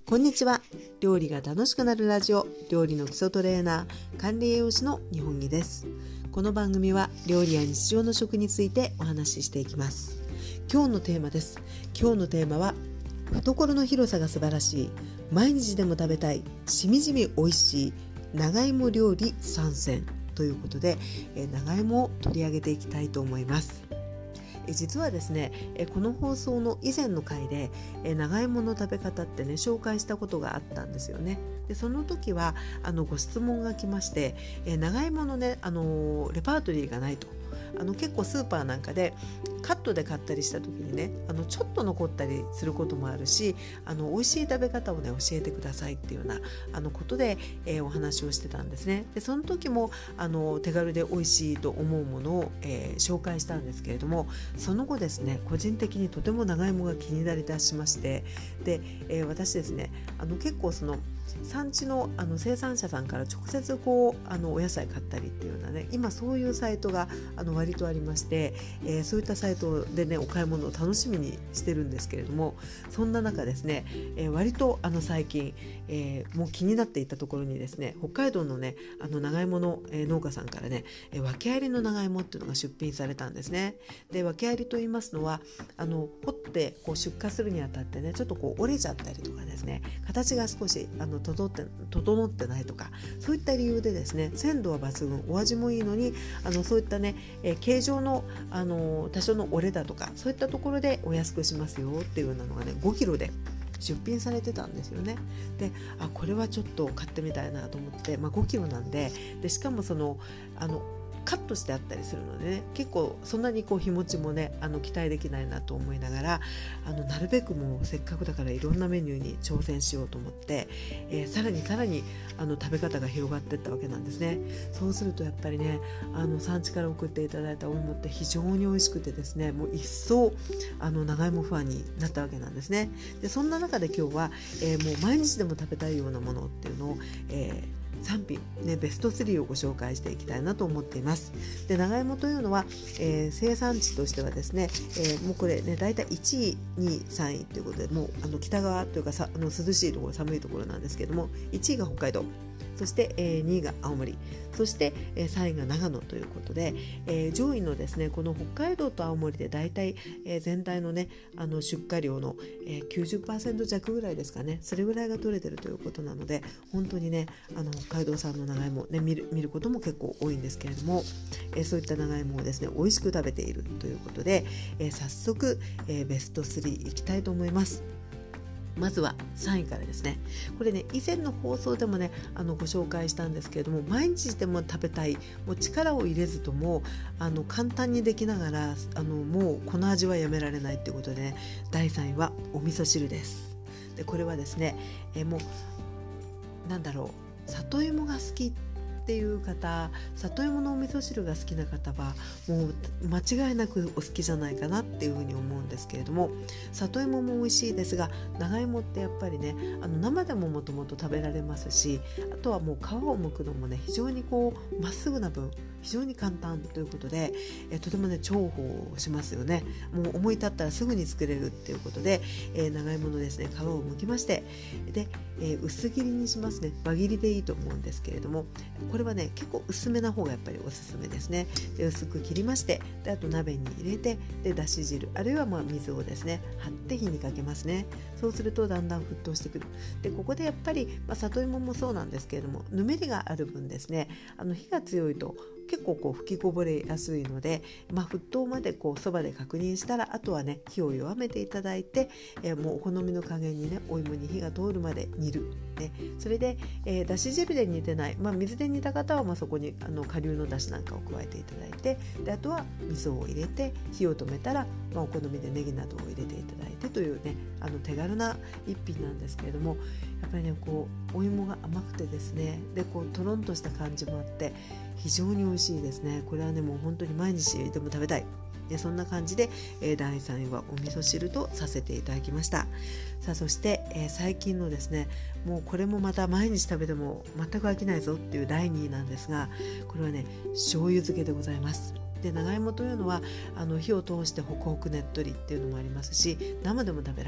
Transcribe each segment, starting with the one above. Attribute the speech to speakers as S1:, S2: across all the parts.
S1: こんにちは。料理が楽しくなるラジオ、料理の基礎トレーナー、管理栄養士の日本木です。この番組は料理や日常の食についてお話ししていきます。今日のテーマです。今日のテーマは、懐の広さが素晴らしい、毎日でも食べたい、しみじみ美味しい長芋料理3選ということで、長芋を取り上げていきたいと思います。実はですね、この放送の以前の回で長芋の食べ方ってね紹介したことがあったんですよね。でその時はご質問が来まして、長芋のねレパートリーがないと、結構スーパーなんかでカットで買ったりした時にねちょっと残ったりすることもあるし、美味しい食べ方をね教えてくださいっていうようなことで、お話をしてたんですね。でその時も手軽で美味しいと思うものを、紹介したんですけれども、その後ですね個人的にとても長芋が気になりだしまして、で、私ですね結構その産地の生産者さんから直接お野菜買ったりっていうようなね、今そういうサイトが割とありまして、そういったサイトでねお買い物を楽しみにしてるんですけれども、そんな中ですね、割と最近、もう気になっていたところにですね、北海道のね長芋の、農家さんからね訳ありの長芋っていうのが出品されたんですね。で訳ありと言いますのは掘って出荷するにあたってねちょっと折れちゃったりとかですね、形が少し整ってないとか、そういった理由でですね鮮度は抜群、お味もいいのにそういったね、形状の多少の折れだとか、そういったところでお安くしますよっていうようなのがね5キロで出品されてたんですよね。でこれはちょっと買ってみたいなと思って、5キロなんで、しかもカットしてあったりするのでね、結構そんなに日持ちもね期待できないなと思いながら、なるべくもうせっかくだからいろんなメニューに挑戦しようと思って、さらに食べ方が広がっていったわけなんですね。そうするとやっぱりね産地から送っていただいたお芋って非常に美味しくてですね、もう一層長芋ファンになったわけなんですね。でそんな中で今日は、もう毎日でも食べたいようなものっていうのを、3品、ベスト3をご紹介していきたいなと思っています。で長芋というのは、生産地としてはですね、もうこれねだいたい1位2位3位ということで、もう北側というか涼しいところ寒いところなんですけれども、1位が北海道、そして、2位が青森、そして、3位が長野ということで、上位のですねこの北海道と青森でだいたい全体のね出荷量の、90% 弱ぐらいですかね、それぐらいが取れてるということなので、本当にね北海道産の長芋ね見ることも結構多いんですけれども、そういった長芋をですね美味しく食べているということで、早速、ベスト3いきたいと思います。まずは3位からですね。これね以前の放送でもねご紹介したんですけれども、毎日でも食べたい、もう力を入れずとも簡単にできながらもうこの味はやめられないということで、ね、第3位はお味噌汁です。でこれはですね、もう里芋が好きっていう方、里芋のお味噌汁が好きな方はもう間違いなくお好きじゃないかなっていうふうに思うんですけれども、里芋も美味しいですが、長芋ってやっぱりね生でももともと食べられますし、あとはもう皮を剥くのもね非常にまっすぐな分非常に簡単ということで、とてもね重宝しますよね。もう思い立ったらすぐに作れるっていうことで、長芋のですね皮を剥きまして、で、薄切りにしますね。輪切りでいいと思うんですけれども、これはね結構薄めな方がやっぱりおすすめですね。で薄く切りまして、であと鍋に入れて、でだし汁あるいは水をですね張って火にかけますね。そうするとだんだん沸騰してくる。でここでやっぱり、里芋もそうなんですけれども、ぬめりがある分ですね火が強いと結構吹きこぼれやすいので、沸騰までそばで確認したら、あとはね火を弱めていただいて、もうお好みの加減にねお芋に火が通るまで煮る、ね、それで、だし汁で煮てない、水で煮た方はそこに顆粒のだしなんかを加えていただいて、であとは味噌を入れて火を止めたら、お好みでネギなどを入れていただいてというね手軽な一品なんですけれども、やっぱりねお芋が甘くてですね、でとろんとした感じもあって非常に美味しいですね。これはねもう本当に毎日でも食べたい、そんな感じで、第3位はお味噌汁とさせていただきました。さあそして、最近のですね、もうこれもまた毎日食べても全く飽きないぞっていう第2位なんですが、これはね醤油漬けでございます。で長芋というのは火を通してホクホクねっとりっていうのもありますし、生でも食べられる。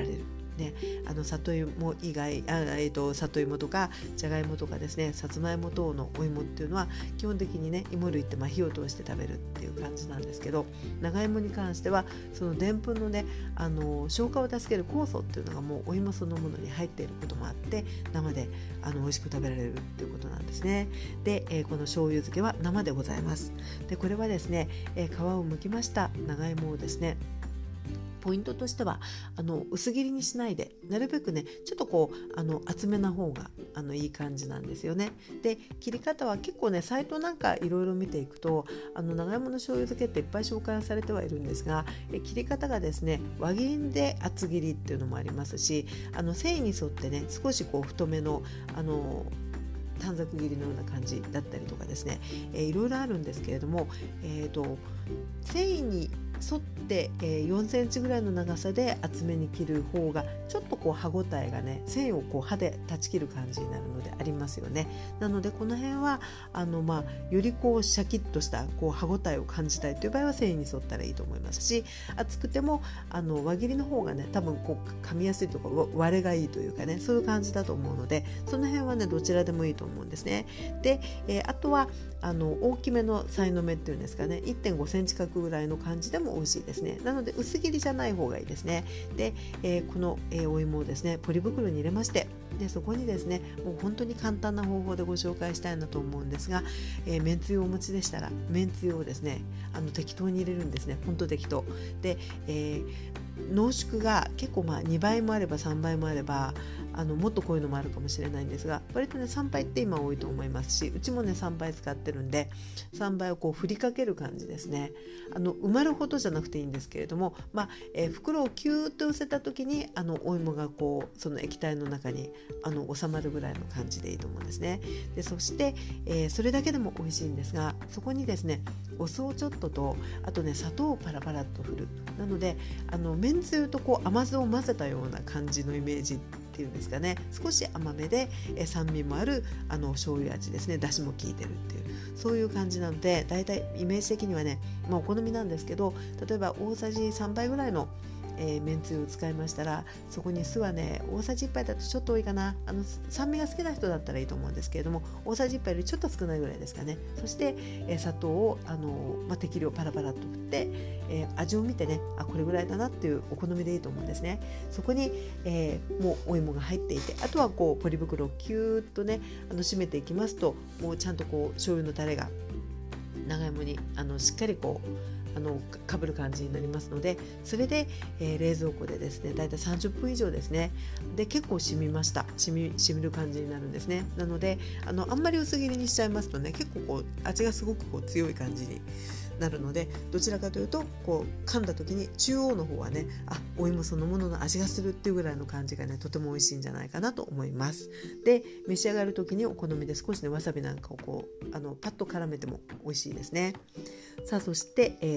S1: ね、里芋以外里芋とかじゃがいもとかですね、さつまいも等のお芋っていうのは基本的にね、芋類って火を通して食べるっていう感じなんですけど、長芋に関してはそのでんぷんのね、消化を助ける酵素っていうのがもうお芋そのものに入っていることもあって、生で美味しく食べられるっていうことなんですね。で、この醤油漬けは生でございます。でこれはですね、皮を剥きました長芋をですね、ポイントとしては薄切りにしないで、なるべくねちょっと厚めな方がいい感じなんですよね。で切り方は結構ね、サイトなんかいろいろ見ていくと長芋の醤油漬けっていっぱい紹介されてはいるんですが、切り方がですね、輪切りで厚切りっていうのもありますし、繊維に沿ってね少し太めの短冊切りのような感じだったりとかですね、いろいろあるんですけれども、繊維に沿って、4センチぐらいの長さで厚めに切る方がちょっと歯ごたえがね、繊維を刃で断ち切る感じになるのでありますよね。なのでこの辺はよりシャキッとした歯ごたえを感じたいという場合は繊維に沿ったらいいと思いますし、厚くても輪切りの方がね多分噛みやすいとか割れがいいというかね、そういう感じだと思うので、その辺はねどちらでもいいと思うんですね。で、あとは大きめのさいの目っていうんですかね、 1.5 センチ角ぐらいの感じでも美味しいですね。なので薄切りじゃない方がいいですね。で、この、お芋をですねポリ袋に入れまして、でそこにですね、もう本当に簡単な方法でご紹介したいなと思うんですが、めんつゆをお持ちでしたらめんつゆをですね適当に入れるんですね。本当適当で、濃縮が結構2倍もあれば3倍もあればもっとこういうのもあるかもしれないんですが、割とね3倍って今多いと思いますし、うちもね3倍使ってるんで3倍を振りかける感じですね。埋まるほどじゃなくていいんですけれども、袋をキューッと寄せた時にお芋がその液体の中に収まるぐらいの感じでいいと思うんですね。でそして、それだけでも美味しいんですが、そこにですねお酢をちょっとと、あとね砂糖をパラパラっと振る。なのでめんつゆと甘酢を混ぜたような感じのイメージっていうんですかね、少し甘めで酸味もある醤油味ですね。だしも効いてるっていう、そういう感じなので、だいたいイメージ的にはね、お好みなんですけど、例えば大さじ3杯ぐらいのめんつゆを使いましたら、そこに酢はね大さじ1杯だとちょっと多いかな。酸味が好きな人だったらいいと思うんですけれども、大さじ1杯よりちょっと少ないぐらいですかね。そして、砂糖を適量パラパラっと振って、味を見てね、これぐらいだなっていうお好みでいいと思うんですね。そこに、もうお芋が入っていて、あとはポリ袋をキューッとね締めていきますと、もうちゃんと醤油のタレが長芋にしっかりかぶる感じになりますので、それで、冷蔵庫でですねだいたい30分以上ですね。で結構染みました。染みる感じになるんですね。なのであんまり薄切りにしちゃいますとね、結構味がすごく強い感じになるので、どちらかというと噛んだ時に中央の方はね、お芋そのものの味がするっていうぐらいの感じがね、とても美味しいんじゃないかなと思います。で召し上がる時にお好みで少しねわさびなんかをパッと絡めても美味しいですね。さあそして、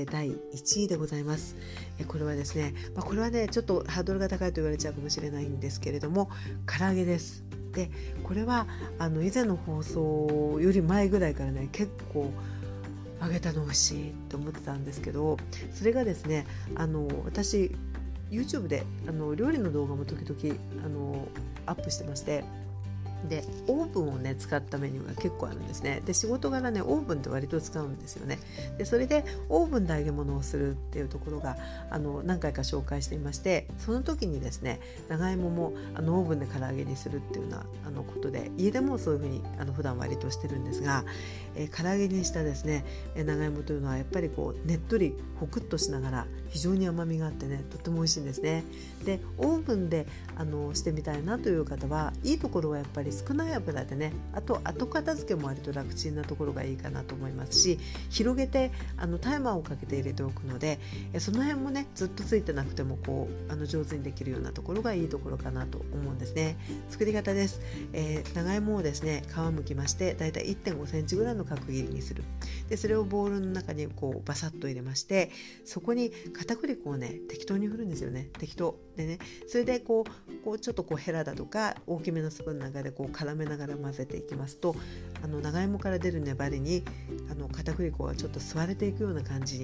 S1: 第1位でございます。これはですね、これはねちょっとハードルが高いと言われちゃうかもしれないんですけれども、唐揚げです。でこれは以前の放送より前ぐらいからね結構揚げたの美味しいと思ってたんですけど、それがですね私 YouTube で料理の動画も時々アップしてまして、でオーブンをね使ったメニューが結構あるんですね。で仕事柄ねオーブンって割と使うんですよね。でそれでオーブンで揚げ物をするっていうところが何回か紹介していまして、その時にですね長芋もオーブンで唐揚げにするっていうようなことで、家でもそういうふうに普段割としてるんですが、唐揚げにしたですね長芋というのはやっぱりねっとりホクッとしながら非常に甘みがあってね、とっても美味しいんですね。でオーブンでしてみたいなという方はいいところはやっぱり少ない油でね、あと後片付けも割と楽ちんなところがいいかなと思いますし、広げてタイマーをかけて入れておくので、その辺もねずっとついてなくても上手にできるようなところがいいところかなと思うんですね。作り方です。長芋をですね皮むきまして、だいたい 1.5 センチぐらいの角切りにする。でそれをボウルの中にバサッと入れまして、そこに片栗粉をね適当に振るんですよね。適当でね、それでちょっとヘラだとか大きめのスプーンの中で絡めながら混ぜていきますと、長芋から出る粘りに片栗粉がちょっと吸われていくような感じに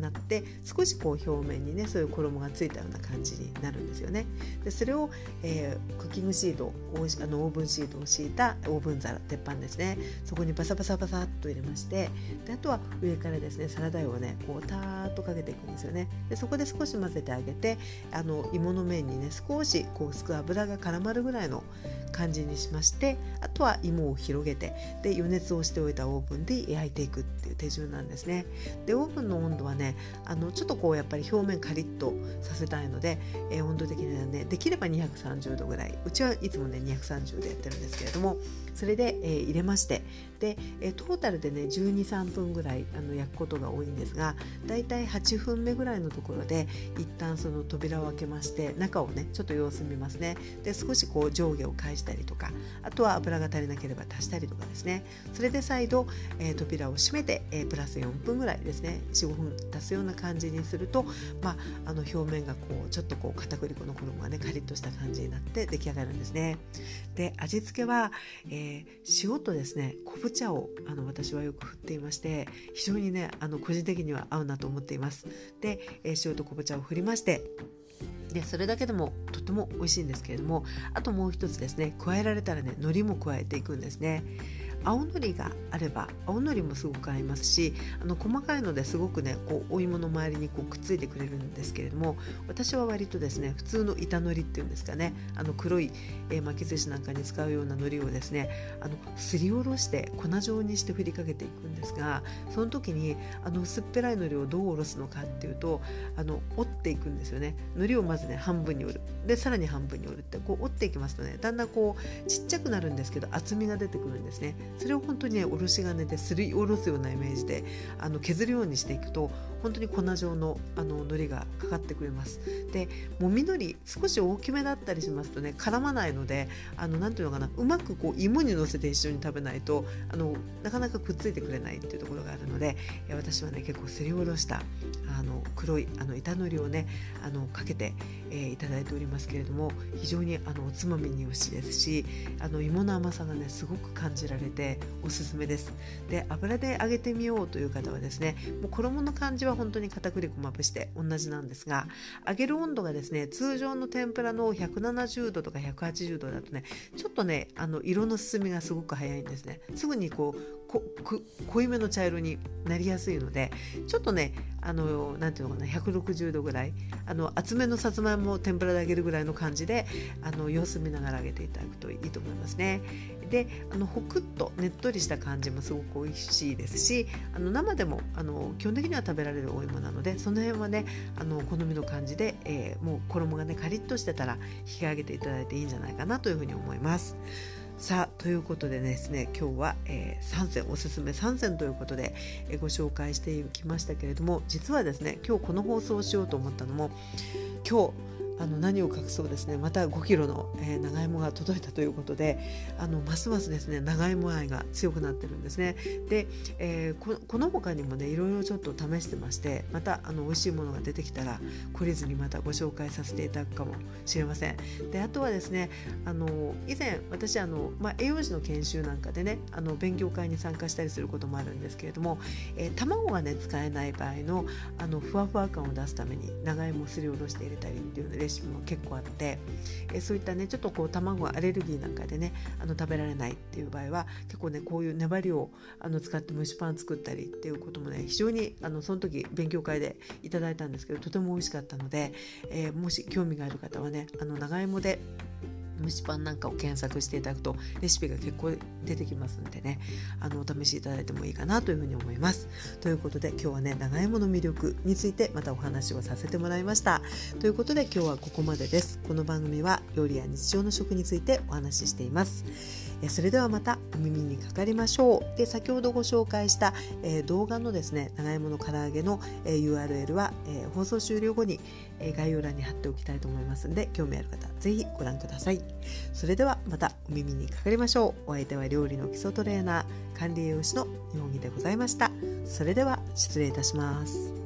S1: なって少しこう表面にねそういう衣がついたような感じになるんですよね。でそれを、クッキングシートオーブンシートを敷いたオーブン皿鉄板ですね、そこにバサバサバサっと入れまして、であとは上からですねサラダ油をねこうたーっとかけていくんですよね。でそこで少し混ぜてあげて芋の面にね少しこう薄く油が絡まるぐらいの感じにしまして、あとは芋を広げてで余熱をしておいたオーブンで焼いていくっていう手順なんですね。でオーブンの温度はねちょっとこうやっぱり表面カリッとさせたいので、温度的にはねできれば230度ぐらい、うちはいつもね230でやってるんですけれども、それで、入れまして、でトータルでね 12,3 分ぐらい焼くことが多いんですが、だいたい8分目ぐらいのところで一旦その扉を開けまして中をねちょっと様子見ますね。で少しこう上下を返したりとか、あとは油が足りなければ足したりとかですね。それで再度、扉を閉めて、プラス4分ぐらいですね 4,5 分足すような感じにすると、表面がこうちょっとこう片栗粉の衣がねカリッとした感じになって出来上がるんですね。で味付けは、塩とですね昆布茶を私はよく振っていまして、非常にね個人的には合うなと思っています。で、塩と昆布茶を振りまして、でそれだけでもとても美味しいんですけれども、あともう一つですね加えられたらね海苔も加えていくんですね。青のりがあれば青のりもすごく合いますし、細かいのですごくねこうお芋の周りにこうくっついてくれるんですけれども、私は割とですね普通の板のりっていうんですかね、黒い、巻き寿司なんかに使うような海苔をですねすりおろして粉状にして振りかけていくんですが、その時に薄っぺらい海苔をどうおろすのかっていうと折っていくんですよね。海苔をまずね半分に折る、でさらに半分に折るってこう折っていきますとね、だんだんこうちっちゃくなるんですけど厚みが出てくるんですね。それを本当にねおろし金ですりおろすようなイメージで削るようにしていくと本当に粉状の海苔がかかってくれます。でもみのり少し大きめだったりしますとね絡まないのでなんていうのかな、うまくこう芋に乗せて一緒に食べないとなかなかくっついてくれないっていうところがあるので、私はね結構すりおろした黒い板のりをねかけて、いただいておりますけれども、非常におつまみによしですし芋の甘さがねすごく感じられておすすめです。で油で揚げてみようという方はですね、もう衣の感じは本当に片栗粉まぶして同じなんですが、揚げる温度がですね通常の天ぷらの170度とか180度だとねちょっとね色の進みがすごく早いんですね。すぐにこう濃いめの茶色になりやすいので、ちょっとねなんていうのかな160度ぐらい厚めのさつまいもを天ぷらで揚げるぐらいの感じで様子見ながら揚げていただくといいと思いますね。でホクッとねっとりした感じもすごく美味しいですし、生でも基本的には食べられるお芋なので、その辺はね好みの感じで、もう衣がねカリッとしてたら引き上げていただいていいんじゃないかなというふうに思います。さあということでですね、今日は、3選おすすめ3選ということで、ご紹介してきましたけれども、実はですね今日この放送をしようと思ったのも、今日何を隠そうですね、また5キロの、長芋が届いたということで、ますますですね長芋愛が強くなってるんですね。で、この他にもねいろいろちょっと試してまして、また美味しいものが出てきたら懲りずにまたご紹介させていただくかもしれません。であとはですね以前私栄養士の研修なんかでね勉強会に参加したりすることもあるんですけれども、卵がね使えない場合のふわふわ感を出すために長芋をすりおろして入れたりっていうレシピも結構あって、そういったねちょっとこう卵アレルギーなんかでね食べられないっていう場合は結構ねこういう粘りを使って蒸しパン作ったりっていうこともね非常にその時勉強会でいただいたんですけど、とても美味しかったので、もし興味がある方はね長芋で蒸しパンなんかを検索していただくとレシピが結構出てきますのでねお試しいただいてもいいかなというふうに思います。ということで今日はね長芋の魅力についてまたお話をさせてもらいました。ということで今日はここまでです。この番組は料理や日常の食についてお話ししています。それではまたお耳にかかりましょう。で先ほどご紹介した、動画のですね長芋の唐揚げの、URL は、放送終了後に、概要欄に貼っておきたいと思いますので、興味ある方ぜひご覧ください。それではまたお耳にかかりましょう。お相手は料理の基礎トレーナー管理栄養士の日本木でございました。それでは失礼いたします。